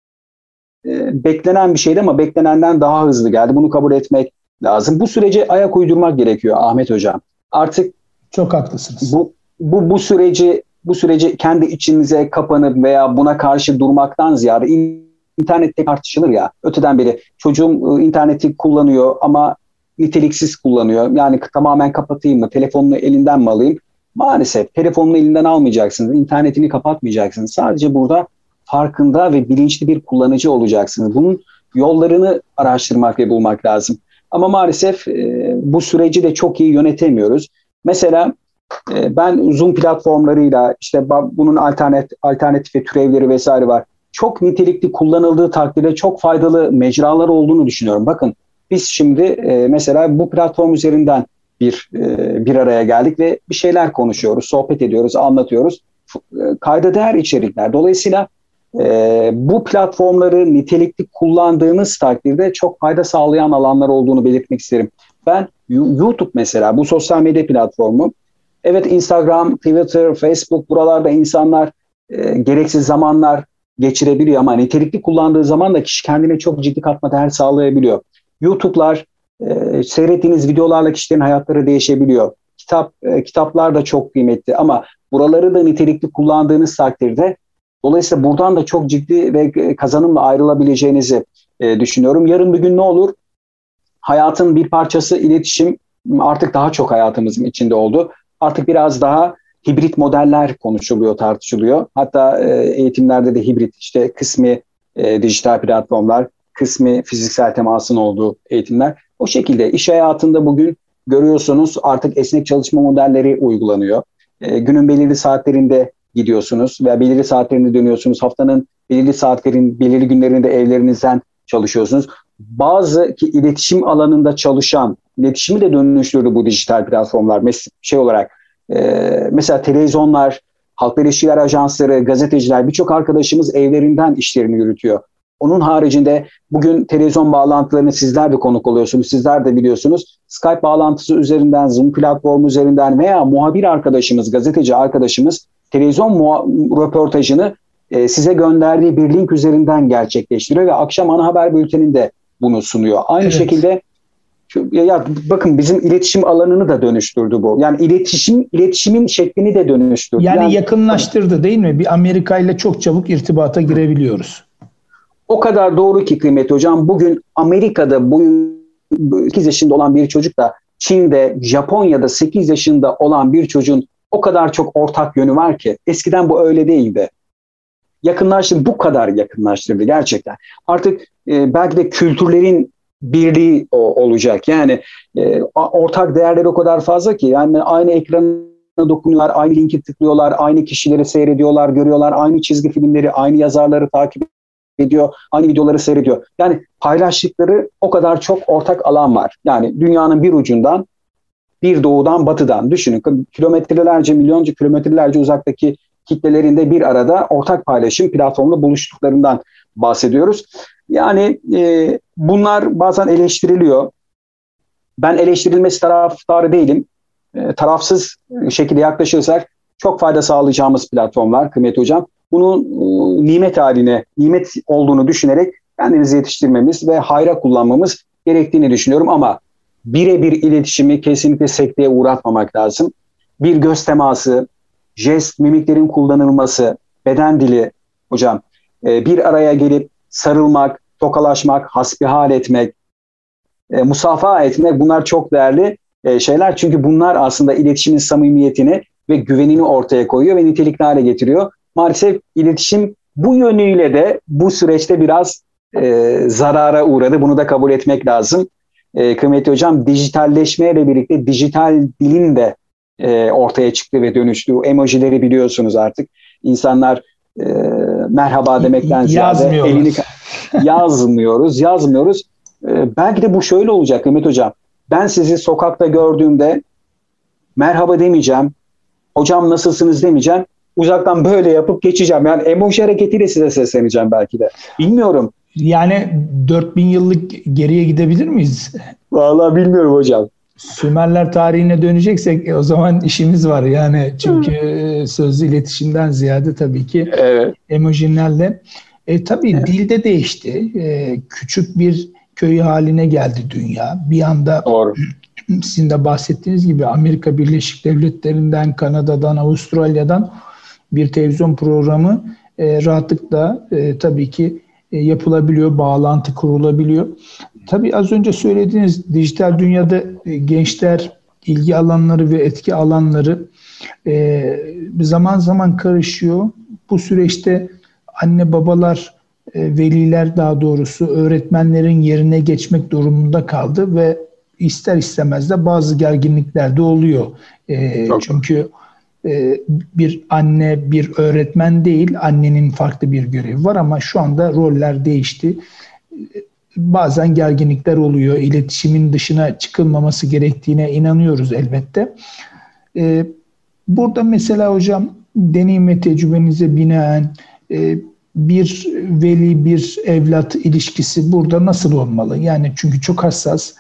e, beklenen bir şeydi ama beklenenden daha hızlı geldi. Bunu kabul etmek lazım. Bu sürece ayak uydurmak gerekiyor Ahmet hocam. Artık çok haklısınız. Bu bu bu süreci bu süreci kendi içinize kapanıp veya buna karşı durmaktan ziyade internette tartışılır ya. Öteden beri çocuğum interneti kullanıyor ama niteliksiz kullanıyor. Yani tamamen kapatayım mı? Telefonunu elinden mi alayım? Maalesef telefonunu elinden almayacaksınız. İnternetini kapatmayacaksınız. Sadece burada farkında ve bilinçli bir kullanıcı olacaksınız. Bunun yollarını araştırmak ve bulmak lazım. Ama maalesef e, bu süreci de çok iyi yönetemiyoruz. Mesela e, ben Zoom platformlarıyla, işte bunun alternatif, alternatif ve türevleri vesaire var. Çok nitelikli kullanıldığı takdirde çok faydalı mecralar olduğunu düşünüyorum. Bakın biz şimdi e, mesela bu platform üzerinden bir e, bir araya geldik ve bir şeyler konuşuyoruz, sohbet ediyoruz, anlatıyoruz. E, kayda değer içerikler. Dolayısıyla e, bu platformları nitelikli kullandığınız takdirde çok fayda sağlayan alanlar olduğunu belirtmek isterim. Ben YouTube mesela, bu sosyal medya platformu, evet Instagram, Twitter, Facebook, buralarda insanlar e, gereksiz zamanlar geçirebiliyor ama nitelikli kullandığı zaman da kişi kendine çok ciddi katma değer sağlayabiliyor. YouTube'lar, e, seyrettiğiniz videolarla kişilerin hayatları değişebiliyor. Kitap, e, kitaplar da çok kıymetli ama buraları da nitelikli kullandığınız takdirde dolayısıyla buradan da çok ciddi ve kazanımla ayrılabileceğinizi e, düşünüyorum. Yarın bir gün ne olur? Hayatın bir parçası iletişim artık daha çok hayatımızın içinde oldu. Artık biraz daha hibrit modeller konuşuluyor, tartışılıyor. Hatta e, eğitimlerde de hibrit, işte kısmi e, dijital platformlar, kısmi fiziksel temasın olduğu eğitimler. O şekilde iş hayatında bugün görüyorsunuz artık esnek çalışma modelleri uygulanıyor. E, günün belirli saatlerinde gidiyorsunuz veya belirli saatlerinde dönüyorsunuz. Haftanın belirli saatlerin, belirli günlerinde evlerinizden çalışıyorsunuz. Bazı ki iletişim alanında çalışan, iletişimi de dönüştürdü bu dijital platformlar. Mes- şey olarak e, mesela televizyonlar, halkla ilişkiler ajansları, gazeteciler, birçok arkadaşımız evlerinden işlerini yürütüyor. Onun haricinde bugün televizyon bağlantılarını sizler de konuk oluyorsunuz, sizler de biliyorsunuz. Skype bağlantısı üzerinden, Zoom platformu üzerinden veya muhabir arkadaşımız, gazeteci arkadaşımız televizyon muha- röportajını e, size gönderdiği bir link üzerinden gerçekleştiriyor ve akşam ana haber bülteninde bunu sunuyor. Aynı evet. şekilde ya, ya bakın bizim iletişim alanını da dönüştürdü bu. Yani iletişim iletişimin şeklini de dönüştürdü. Yani, yani yakınlaştırdı değil mi? Bir Amerika ile çok çabuk irtibata girebiliyoruz. O kadar doğru ki kıymetli hocam. Bugün Amerika'da bu sekiz yaşında olan bir çocukla Çin'de, Japonya'da sekiz yaşında olan bir çocuğun o kadar çok ortak yönü var ki. Eskiden bu öyle değildi. Yakınlaştırdı, bu kadar yakınlaştırdı gerçekten. Artık e, belki de kültürlerin birliği o, olacak. Yani e, ortak değerleri o kadar fazla ki yani aynı ekranın dokunuyorlar, aynı linki tıklıyorlar, aynı kişileri seyrediyorlar, görüyorlar, aynı çizgi filmleri, aynı yazarları takip ediyor, aynı videoları seyrediyor. Yani paylaştıkları o kadar çok ortak alan var. Yani dünyanın bir ucundan, bir doğudan, batıdan düşünün. Kilometrelerce, milyonca kilometrelerce uzaktaki kitlelerinde bir arada ortak paylaşım platformunda buluştuklarından bahsediyoruz. Yani e, bunlar bazen eleştiriliyor. Ben eleştirilmesi taraftarı değilim. E, tarafsız şekilde yaklaşırsak çok fayda sağlayacağımız platformlar kıymetli hocam. Bunun e, nimet haline, nimet olduğunu düşünerek kendimizi yetiştirmemiz ve hayra kullanmamız gerektiğini düşünüyorum. Ama birebir iletişimi kesinlikle sekteye uğratmamak lazım. Bir göz teması, jest, mimiklerin kullanılması, beden dili hocam, e, bir araya gelip sarılmak, tokalaşmak, hasbihal etmek, e, musafaha etmek, bunlar çok değerli e, şeyler. Çünkü bunlar aslında iletişimin samimiyetini ve güvenini ortaya koyuyor ve nitelikli hale getiriyor. Maalesef iletişim bu yönüyle de bu süreçte biraz e, zarara uğradı. Bunu da kabul etmek lazım. E, kıymetli hocam, dijitalleşmeyle birlikte dijital dilin de e, ortaya çıktı ve dönüştü. Emojileri biliyorsunuz artık. İnsanlar e, merhaba demekten ziyade elini yazmıyoruz, yazmıyoruz. E, belki de bu şöyle olacak kıymetli hocam. Ben sizi sokakta gördüğümde merhaba demeyeceğim, hocam nasılsınız demeyeceğim. Uzaktan böyle yapıp geçeceğim. Yani emoji hareketiyle size sesleneceğim belki de. Bilmiyorum. Yani dört bin yıllık geriye gidebilir miyiz? Vallahi bilmiyorum hocam. Sümerler tarihine döneceksek e, o zaman işimiz var. Yani çünkü e, sözlü iletişimden ziyade tabii ki evet. Emojilerle. E, tabii evet. Dilde değişti. E, küçük bir köy haline geldi dünya. Bir anda Doğru. Sizin de bahsettiğiniz gibi Amerika Birleşik Devletleri'nden, Kanada'dan, Avustralya'dan bir televizyon programı e, rahatlıkla e, tabii ki e, yapılabiliyor, bağlantı kurulabiliyor. Tabii az önce söylediğiniz dijital dünyada e, gençler ilgi alanları ve etki alanları e, zaman zaman karışıyor. Bu süreçte anne babalar, e, veliler daha doğrusu öğretmenlerin yerine geçmek durumunda kaldı ve ister istemez de bazı gerginlikler de oluyor. E, çünkü e, bir anne bir öğretmen değil, annenin farklı bir görevi var ama şu anda roller değişti. Bazen gerginlikler oluyor. İletişimin dışına çıkılmaması gerektiğine inanıyoruz elbette. E, burada mesela hocam deneyim ve tecrübenize binaen e, bir veli bir evlat ilişkisi burada nasıl olmalı? Yani çünkü çok hassas.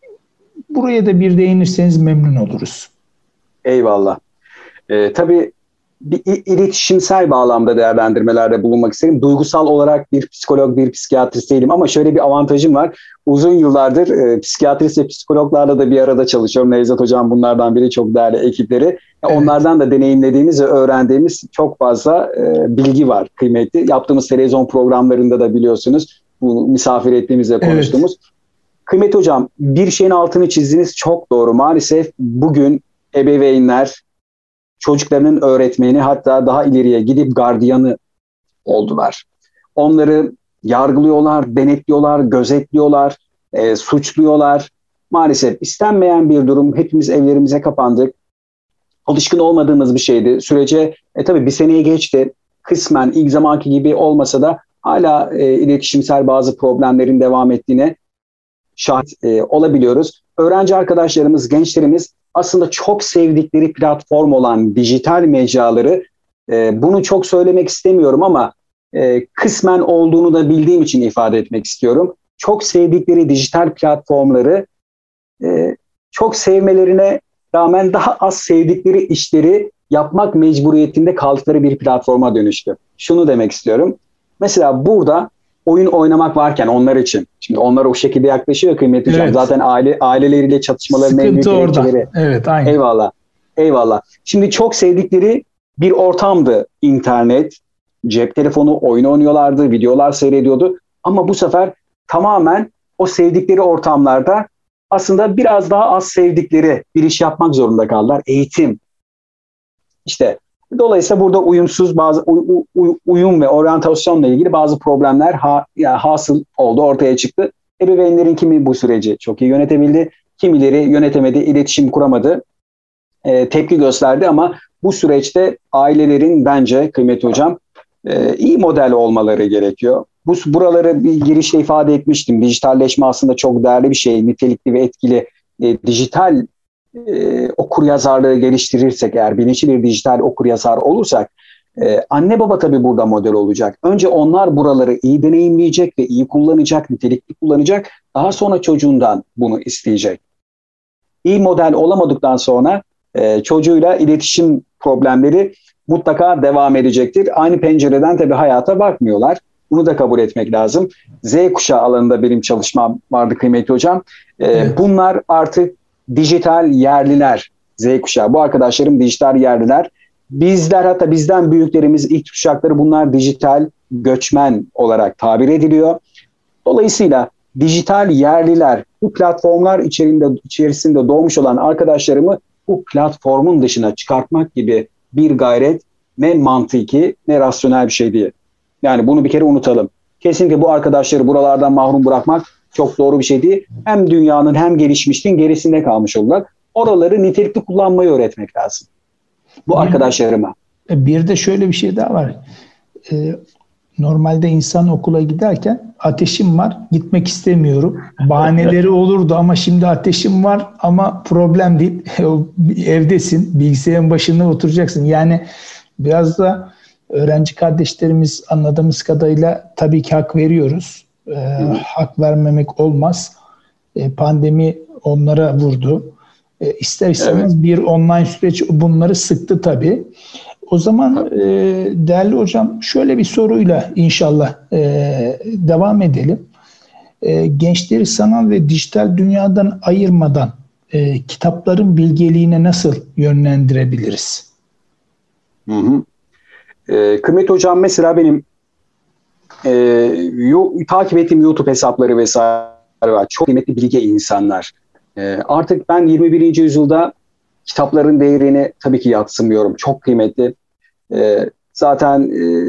Buraya da bir değinirseniz memnun oluruz. Eyvallah. Ee, tabii bir iletişimsel bağlamda değerlendirmelerde bulunmak isterim. Duygusal olarak bir psikolog, bir psikiyatrist değilim ama şöyle bir avantajım var. Uzun yıllardır e, psikiyatrist ve psikologlarla da bir arada çalışıyorum. Nevzat Hocam bunlardan biri, çok değerli ekipleri. Evet. Onlardan da deneyimlediğimiz ve öğrendiğimiz çok fazla e, bilgi var, kıymetli. Yaptığımız televizyon programlarında da biliyorsunuz, bu misafir ettiğimizle konuştuğumuz. Evet. Kıymetli hocam, bir şeyin altını çizdiğiniz çok doğru. Maalesef bugün ebeveynler çocuklarının öğretmeni, hatta daha ileriye gidip gardiyanı oldular. Onları yargılıyorlar, denetliyorlar, gözetliyorlar, e, suçluyorlar. Maalesef istenmeyen bir durum. Hepimiz evlerimize kapandık. Alışkın olmadığımız bir şeydi. Sürece e, tabii bir seneye geçti. Kısmen ilk zamanki gibi olmasa da hala e, iletişimsel bazı problemlerin devam ettiğine şahit e, olabiliyoruz. Öğrenci arkadaşlarımız, gençlerimiz aslında çok sevdikleri platform olan dijital mecraları, e, bunu çok söylemek istemiyorum ama e, kısmen olduğunu da bildiğim için ifade etmek istiyorum. Çok sevdikleri dijital platformları e, çok sevmelerine rağmen daha az sevdikleri işleri yapmak mecburiyetinde kaldıkları bir platforma dönüştü. Şunu demek istiyorum. Mesela burada oyun oynamak varken onlar için, şimdi onlar o şekilde yaklaşıyor kıymetli hocam. Evet. Zaten aile aileleriyle çatışmaların en büyük gerekçeleri. Evet, aynen. Eyvallah. Eyvallah. Şimdi çok sevdikleri bir ortamdı internet, cep telefonu, oyun oynuyorlardı, videolar seyrediyordu. Ama bu sefer tamamen o sevdikleri ortamlarda aslında biraz daha az sevdikleri bir iş yapmak zorunda kaldılar. Eğitim. İşte dolayısıyla burada uyumsuz bazı uy, uy, uyum ve oryantasyonla ilgili bazı problemler ha, yani hasıl oldu, ortaya çıktı. Ebeveynlerin kimi bu süreci çok iyi yönetebildi, kimileri yönetemedi, iletişim kuramadı. e, tepki gösterdi ama bu süreçte ailelerin bence kıymetli hocam e, iyi model olmaları gerekiyor. Bu buraları bir girişte ifade etmiştim. Dijitalleşme aslında çok değerli bir şey. Nitelikli ve etkili e, dijital e, okuryazarlığı geliştirirsek, eğer bilinçli bir dijital okuryazar olursak, e, anne baba tabii burada model olacak. Önce onlar buraları iyi deneyimleyecek ve iyi kullanacak, nitelikli kullanacak. Daha sonra çocuğundan bunu isteyecek. İyi model olamadıktan sonra e, çocuğuyla iletişim problemleri mutlaka devam edecektir. Aynı pencereden tabii hayata bakmıyorlar. Bunu da kabul etmek lazım. Z kuşağı alanında benim çalışmam vardı kıymetli hocam. Ee, evet. Bunlar artık dijital yerliler. Z kuşağı. Bu arkadaşlarım dijital yerliler. Bizler, hatta bizden büyüklerimiz, ilk kuşakları, bunlar dijital göçmen olarak tabir ediliyor. Dolayısıyla dijital yerliler, bu platformlar içerisinde, içerisinde doğmuş olan arkadaşlarımı bu platformun dışına çıkartmak gibi bir gayret ne mantıki ne rasyonel bir şey değil. Yani bunu bir kere unutalım. Kesinlikle bu arkadaşları buralardan mahrum bırakmak çok doğru bir şey değil. Hem dünyanın hem gelişmişliğin gerisinde kalmış olurlar. Oraları nitelikli kullanmayı öğretmek lazım. Bu bir, arkadaşlarıma. Bir de şöyle bir şey daha var. Ee, normalde insan okula giderken ateşim var, gitmek istemiyorum. Bahaneleri olurdu ama şimdi ateşim var ama problem değil. Evdesin, bilgisayarın başında oturacaksın. Yani biraz da öğrenci kardeşlerimiz, anladığımız kadarıyla tabii ki hak veriyoruz. Ee, hak vermemek olmaz. Ee, pandemi onlara vurdu. Ee, ister istemez evet. Bir online süreç bunları sıktı tabii. O zaman e, değerli hocam şöyle bir soruyla inşallah e, devam edelim. E, gençleri sanal ve dijital dünyadan ayırmadan e, kitapların bilgeliğine nasıl yönlendirebiliriz? Hı hı. E, kıymetli hocam, mesela benim e, yo, takip ettiğim YouTube hesapları vesaire var. Çok kıymetli bilge insanlar. E, artık ben yirmi birinci yüzyılda kitapların değerini tabii ki yadsımıyorum. Çok kıymetli. E, zaten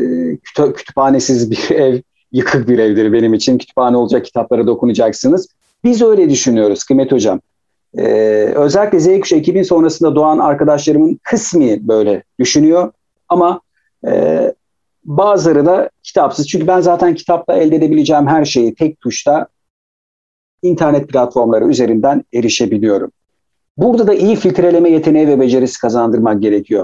e, kütüphanesiz bir ev yıkık bir evdir benim için. Kütüphane olacak, kitaplara dokunacaksınız. Biz öyle düşünüyoruz kıymetli hocam. E, özellikle Z kuşağı iki bin sonrasında doğan arkadaşlarımın kısmı böyle düşünüyor. Ama e, bazıları da kitapsız. Çünkü ben zaten kitapla elde edebileceğim her şeyi tek tuşta internet platformları üzerinden erişebiliyorum. Burada da iyi filtreleme yeteneği ve becerisi kazandırmak gerekiyor.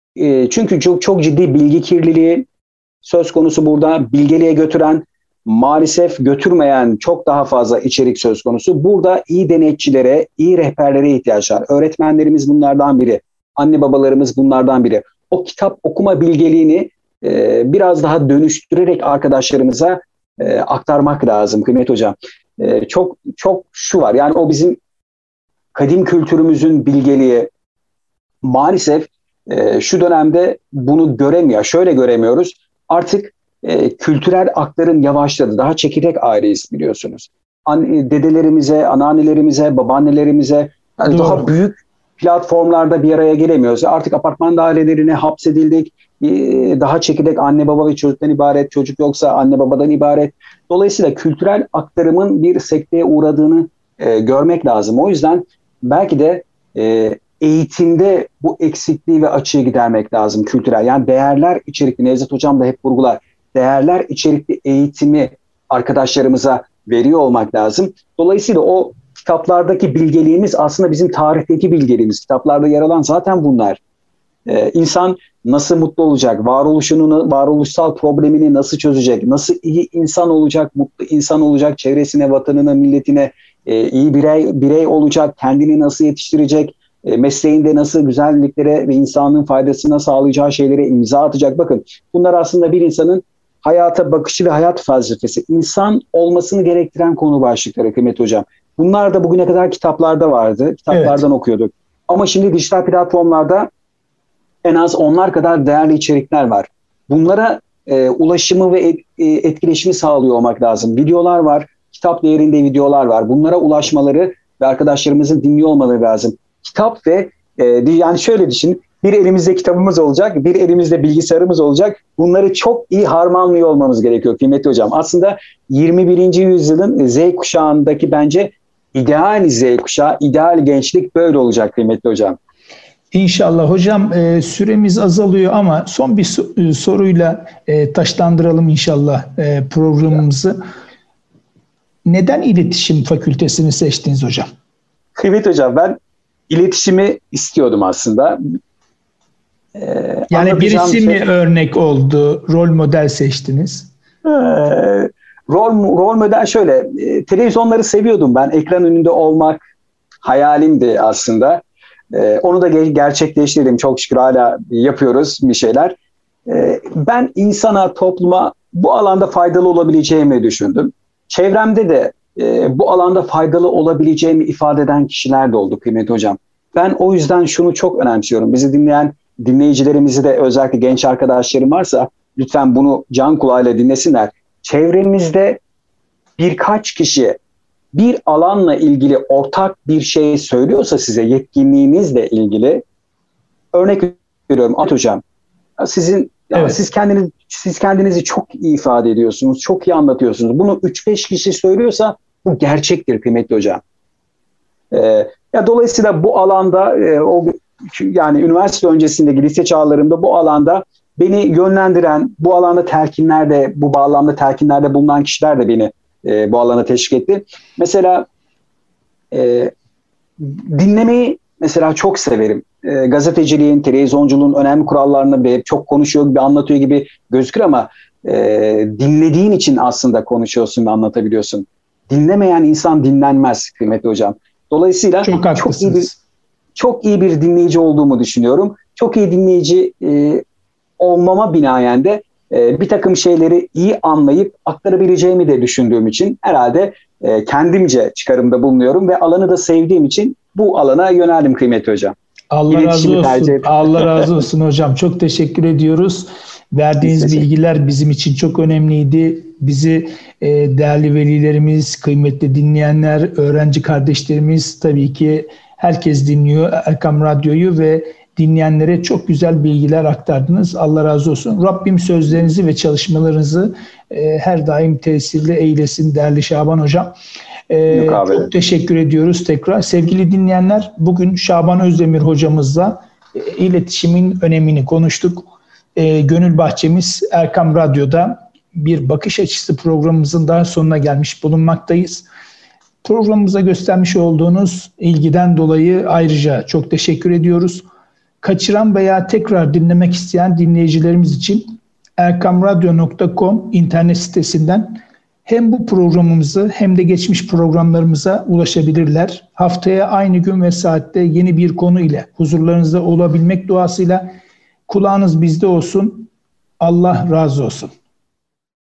E, çünkü çok çok ciddi bilgi kirliliği söz konusu burada. Bilgeliğe götüren, maalesef götürmeyen çok daha fazla içerik söz konusu. Burada iyi denetçilere, iyi rehberlere ihtiyaç var. Öğretmenlerimiz bunlardan biri. Anne babalarımız bunlardan biri. O kitap okuma bilgeliğini e, biraz daha dönüştürerek arkadaşlarımıza e, aktarmak lazım kıymetli hocam. E, çok çok şu var, yani o bizim kadim kültürümüzün bilgeliği maalesef e, şu dönemde bunu göremiyor. Şöyle göremiyoruz. Artık e, kültürel aktarım yavaşladı. Daha çekirdek aileyiz biliyorsunuz. An, dedelerimize, anneannelerimize, babaannelerimize yani daha büyük platformlarda bir araya gelemiyoruz. Artık apartman dairelerine hapsedildik. E, daha çekirdek anne baba ve çocuktan ibaret. Çocuk yoksa anne babadan ibaret. Dolayısıyla kültürel aktarımın bir sekteye uğradığını e, görmek lazım. O yüzden belki de e, eğitimde bu eksikliği ve açığı gidermek lazım kültürel. Yani değerler içerikli, Nevzat Hocam da hep vurgular, değerler içerikli eğitimi arkadaşlarımıza veriyor olmak lazım. Dolayısıyla o kitaplardaki bilgeliğimiz aslında bizim tarihteki bilgeliğimiz. Kitaplarda yer alan zaten bunlar. Ee, insan nasıl mutlu olacak, varoluşunu, varoluşsal problemini nasıl çözecek, nasıl iyi insan olacak, mutlu insan olacak, çevresine, vatanına, milletine e, iyi birey, birey olacak, kendini nasıl yetiştirecek, e, mesleğinde nasıl güzelliklere ve insanlığın faydasına sağlayacağı şeylere imza atacak. Bakın bunlar aslında bir insanın hayata bakışı ve hayat felsefesi, insan olmasını gerektiren konu başlıkları kıymetli hocam. Bunlar da bugüne kadar kitaplarda vardı, kitaplardan evet. okuyorduk. Ama şimdi dijital platformlarda en az onlar kadar değerli içerikler var. Bunlara e, ulaşımı ve et, e, etkileşimi sağlıyor olmak lazım. Videolar var, kitap değerinde videolar var. Bunlara ulaşmaları ve arkadaşlarımızın dinliyor olmaları lazım. Kitap ve e, yani şöyle düşünün, bir elimizde kitabımız olacak, bir elimizde bilgisayarımız olacak. Bunları çok iyi harmanlıyor olmamız gerekiyor kıymetli hocam. Aslında yirmi birinci yüzyılın Z kuşağındaki bence ideal Z kuşağı, ideal gençlik böyle olacak kıymetli hocam. İnşallah hocam, e, süremiz azalıyor ama son bir so- e, soruyla e, taşlandıralım inşallah e, programımızı. Neden iletişim fakültesini seçtiniz hocam? Kıymet hocam, ben iletişimi istiyordum aslında. Ee, yani birisi şey, mi örnek oldu, rol model seçtiniz? E, rol, rol model şöyle, e, televizyonları seviyordum ben. Ekran önünde olmak hayalimdi aslında. E, onu da gerçekleştirdim. Çok şükür hala yapıyoruz bir şeyler. E, ben insana, topluma bu alanda faydalı olabileceğimi düşündüm. Çevremde de e, bu alanda faydalı olabileceğimi ifade eden kişiler de oldu kıymetli hocam. Ben o yüzden şunu çok önemsiyorum. Bizi dinleyen dinleyicilerimizi de, özellikle genç arkadaşlarım varsa lütfen bunu can kulağıyla dinlesinler. Çevremizde birkaç kişi bir alanla ilgili ortak bir şey söylüyorsa size, yetkinliğinizle ilgili, örnek veriyorum At hocam, sizin evet. siz kendiniz siz kendinizi çok iyi ifade ediyorsunuz, çok iyi anlatıyorsunuz. Bunu üç beş kişi söylüyorsa bu gerçektir kıymetli hocam. Ee, ya dolayısıyla bu alanda e, o yani üniversite öncesindeki lise çağlarımda bu alanda beni yönlendiren, bu alanda telkinlerde, bu bağlamda telkinlerde bulunan kişiler de beni e, bu alana teşvik etti. Mesela e, dinlemeyi mesela çok severim. E, gazeteciliğin, televizyonculuğun önemli kurallarını bir çok konuşuyor gibi, anlatıyor gibi gözükür ama e, dinlediğin için aslında konuşuyorsun ve anlatabiliyorsun. Dinlemeyen insan dinlenmez kıymetli hocam. Dolayısıyla çok, çok iyi bir çok iyi bir dinleyici olduğumu düşünüyorum. Çok iyi dinleyici e, olmama binaen de e, bir takım şeyleri iyi anlayıp aktarabileceğimi de düşündüğüm için herhalde e, kendimce çıkarımda bulunuyorum ve alanı da sevdiğim için bu alana yöneldim kıymetli hocam. Allah razı olsun. Allah razı olsun hocam. Çok teşekkür ediyoruz. Verdiğiniz bilgiler bizim için çok önemliydi. Bizi e, değerli velilerimiz, kıymetli dinleyenler, öğrenci kardeşlerimiz, tabii ki herkes dinliyor Erkam Radyo'yu ve dinleyenlere çok güzel bilgiler aktardınız. Allah razı olsun. Rabbim sözlerinizi ve çalışmalarınızı e, her daim tesirli eylesin değerli Şaban hocam. Ee, çok teşekkür ediyoruz tekrar. Sevgili dinleyenler, bugün Şaban Özdemir hocamızla e, iletişimin önemini konuştuk. E, Gönül Bahçemiz Erkam Radyo'da bir bakış açısı programımızın daha sonuna gelmiş bulunmaktayız. Programımıza göstermiş olduğunuz ilgiden dolayı ayrıca çok teşekkür ediyoruz. Kaçıran veya tekrar dinlemek isteyen dinleyicilerimiz için erkamradyo nokta com internet sitesinden hem bu programımızı hem de geçmiş programlarımıza ulaşabilirler. Haftaya aynı gün ve saatte yeni bir konu ile huzurlarınızda olabilmek duasıyla kulağınız bizde olsun. Allah razı olsun.